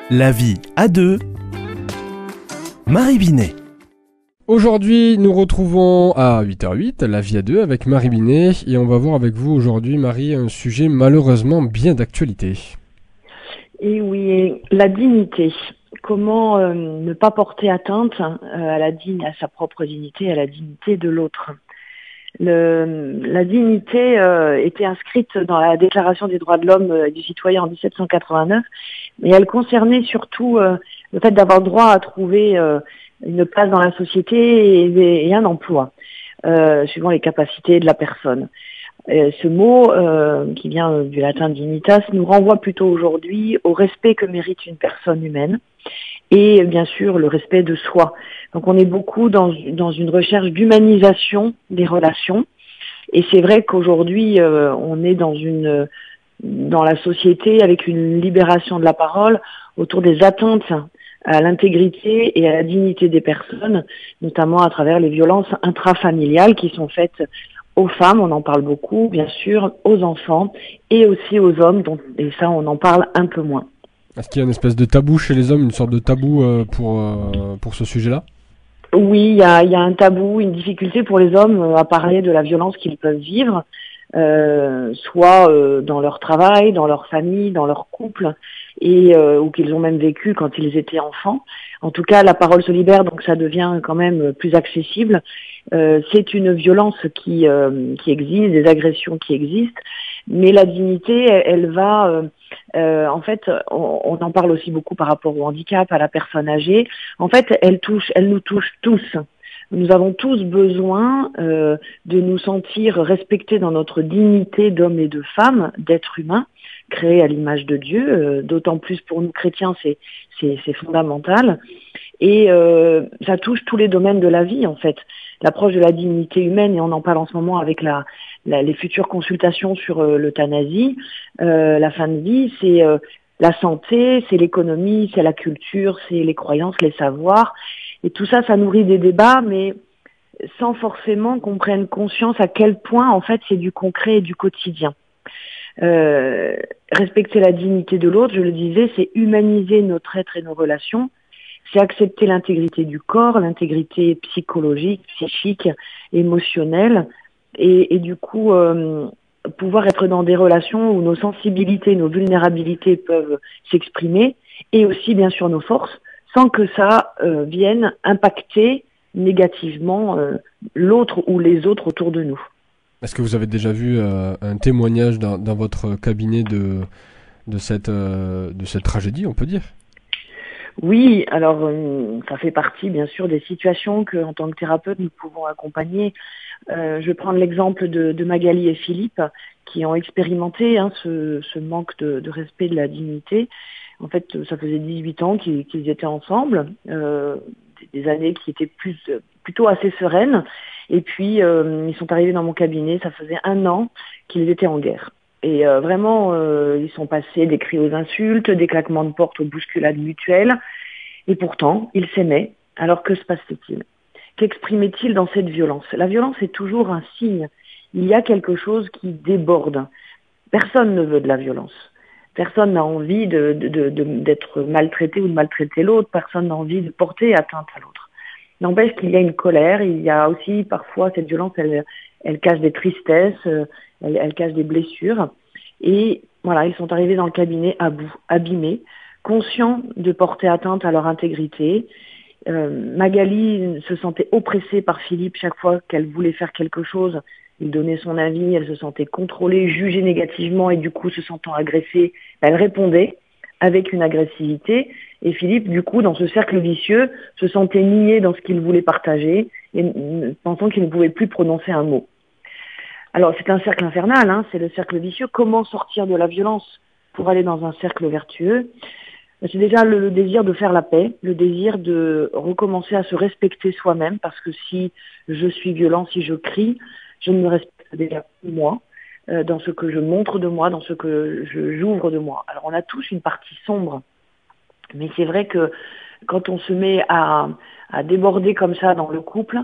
La vie à deux. Marie Binet. Aujourd'hui, nous retrouvons à 8h08 La vie à deux avec Marie Binet et on va voir avec vous aujourd'hui, Marie, un sujet malheureusement bien d'actualité. Et oui, la dignité. Comment ne pas porter atteinte à sa propre dignité, à la dignité de l'autre. La dignité était inscrite dans la Déclaration des droits de l'homme et du citoyen en 1789, mais elle concernait surtout le fait d'avoir droit à trouver une place dans la société et un emploi, suivant les capacités de la personne. Ce mot, qui vient du latin dignitas, nous renvoie plutôt aujourd'hui au respect que mérite une personne humaine et bien sûr le respect de soi. Donc on est beaucoup dans une recherche d'humanisation des relations et c'est vrai qu'aujourd'hui on est dans la société avec une libération de la parole autour des atteintes à l'intégrité et à la dignité des personnes, notamment à travers les violences intrafamiliales qui sont faites aux femmes, on en parle beaucoup, bien sûr, aux enfants et aussi aux hommes, et ça on en parle un peu moins. Est-ce qu'il y a une espèce de tabou chez les hommes, une sorte de tabou pour ce sujet-là ? Oui, il y a un tabou, une difficulté pour les hommes à parler de la violence qu'ils peuvent vivre, soit dans leur travail, dans leur famille, dans leur couple, ou qu'ils ont même vécu quand ils étaient enfants. En tout cas, la parole se libère, donc ça devient quand même plus accessible. C'est une violence qui existe, des agressions qui existent, mais la dignité, elle va, en fait, on en parle aussi beaucoup par rapport au handicap, à la personne âgée. En fait, elle nous touche tous. Nous avons tous besoin de nous sentir respectés dans notre dignité d'hommes et de femmes, d'êtres humains, créés à l'image de Dieu. D'autant plus pour nous chrétiens, c'est fondamental. Et ça touche tous les domaines de la vie, en fait. L'approche de la dignité humaine, et on en parle en ce moment avec les futures consultations sur l'euthanasie, la fin de vie, c'est la santé, c'est l'économie, c'est la culture, c'est les croyances, les savoirs. Et tout ça, ça nourrit des débats, mais sans forcément qu'on prenne conscience à quel point, en fait, c'est du concret et du quotidien. Respecter la dignité de l'autre, je le disais, c'est humaniser notre être et nos relations. C'est accepter l'intégrité du corps, l'intégrité psychologique, psychique, émotionnelle, et du coup pouvoir être dans des relations où nos sensibilités, nos vulnérabilités peuvent s'exprimer, et aussi bien sûr nos forces, sans que ça vienne impacter négativement l'autre ou les autres autour de nous. Est-ce que vous avez déjà vu un témoignage dans votre cabinet de cette tragédie, on peut dire ? Oui, alors ça fait partie bien sûr des situations que, en tant que thérapeute, nous pouvons accompagner. Je vais prendre l'exemple de Magali et Philippe qui ont expérimenté ce manque de respect de la dignité. En fait, ça faisait 18 ans qu'ils étaient ensemble, des années qui étaient plutôt assez sereines. Et puis, ils sont arrivés dans mon cabinet, ça faisait 1 an qu'ils étaient en guerre. Et vraiment, ils sont passés des cris aux insultes, des claquements de porte aux bousculades mutuelles. Et pourtant, ils s'aimaient. Alors que se passait-il ? Qu'exprimait-il dans cette violence ? La violence est toujours un signe. Il y a quelque chose qui déborde. Personne ne veut de la violence. Personne n'a envie d'être maltraité ou de maltraiter l'autre. Personne n'a envie de porter atteinte à l'autre. N'empêche qu'il y a une colère. Il y a aussi parfois cette violence, elle cache des tristesses, elle cache des blessures. Et voilà, ils sont arrivés dans le cabinet à bout, abîmés, conscients de porter atteinte à leur intégrité. Magali se sentait oppressée par Philippe chaque fois qu'elle voulait faire quelque chose. Il donnait son avis, elle se sentait contrôlée, jugée négativement et du coup, se sentant agressée, elle répondait avec une agressivité. Et Philippe, du coup, dans ce cercle vicieux, se sentait nié dans ce qu'il voulait partager et pensant qu'il ne pouvait plus prononcer un mot. Alors, c'est un cercle infernal, c'est le cercle vicieux. Comment sortir de la violence pour aller dans un cercle vertueux ? C'est déjà le désir de faire la paix, le désir de recommencer à se respecter soi-même, parce que si je suis violent, si je crie, je ne me respecte déjà plus moi, dans ce que je montre de moi, dans ce que j'ouvre de moi. Alors, on a tous une partie sombre, mais c'est vrai que quand on se met à déborder comme ça dans le couple,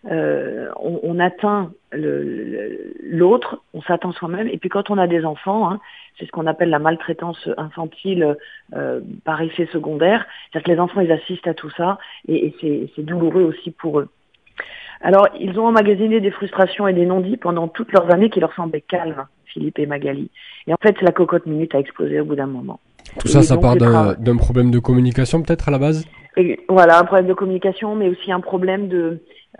on atteint l'autre, on s'atteint soi-même. Et puis quand on a des enfants, hein, c'est ce qu'on appelle la maltraitance infantile par effet secondaire. C'est-à-dire que les enfants, ils assistent à tout ça et c'est douloureux aussi pour eux. Alors, ils ont emmagasiné des frustrations et des non-dits pendant toutes leurs années qui leur semblaient calmes, Philippe et Magali. Et en fait, la cocotte minute a explosé au bout d'un moment. Tout ça, ça part d'un problème de communication peut-être à la base? Et voilà, un problème de communication, mais aussi un problème de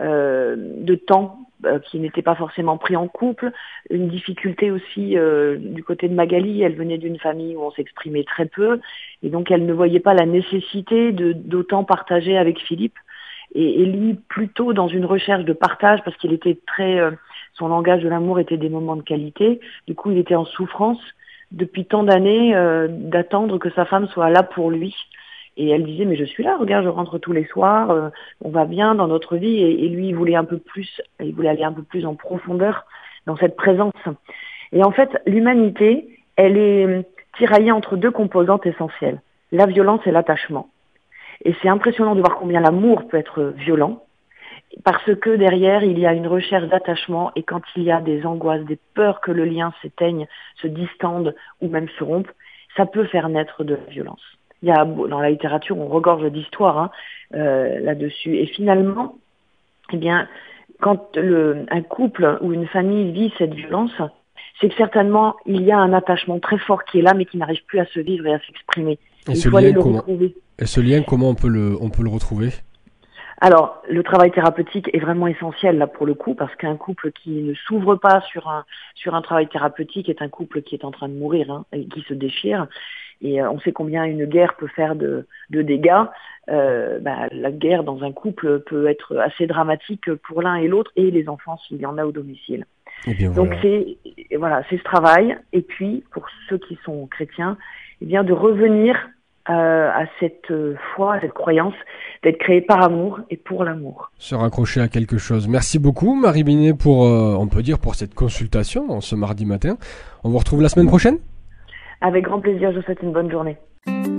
temps qui n'était pas forcément pris en couple. Une difficulté aussi du côté de Magali, elle venait d'une famille où on s'exprimait très peu, et donc elle ne voyait pas la nécessité d'autant partager avec Philippe. Et lui, plutôt dans une recherche de partage, parce qu'il était son langage de l'amour était des moments de qualité. Du coup, il était en souffrance depuis tant d'années d'attendre que sa femme soit là pour lui. Et elle disait, mais je suis là, regarde, je rentre tous les soirs, on va bien dans notre vie. Et lui, il voulait aller un peu plus en profondeur dans cette présence. Et en fait, l'humanité, elle est tiraillée entre deux composantes essentielles, la violence et l'attachement. Et c'est impressionnant de voir combien l'amour peut être violent, parce que derrière, il y a une recherche d'attachement, et quand il y a des angoisses, des peurs que le lien s'éteigne, se distende ou même se rompe, ça peut faire naître de la violence. Dans la littérature, on regorge d'histoires là-dessus. Et finalement, eh bien, quand un couple ou une famille vit cette violence, c'est que certainement, il y a un attachement très fort qui est là, mais qui n'arrive plus à se vivre et à s'exprimer. Il faut aller le retrouver. Et ce lien, comment on peut le retrouver? Alors, le travail thérapeutique est vraiment essentiel là pour le coup, parce qu'un couple qui ne s'ouvre pas sur un travail thérapeutique est un couple qui est en train de mourir, et qui se déchire. Et on sait combien une guerre peut faire de dégâts. La guerre dans un couple peut être assez dramatique pour l'un et l'autre, et les enfants s'il y en a au domicile. Et bien, donc c'est ce travail. Et puis pour ceux qui sont chrétiens, eh bien de revenir à cette foi, à cette croyance d'être créé par amour et pour l'amour. Se raccrocher à quelque chose. Merci beaucoup Marie Binet pour, on peut dire, pour cette consultation ce mardi matin. On vous retrouve la semaine prochaine? Avec grand plaisir, je vous souhaite une bonne journée.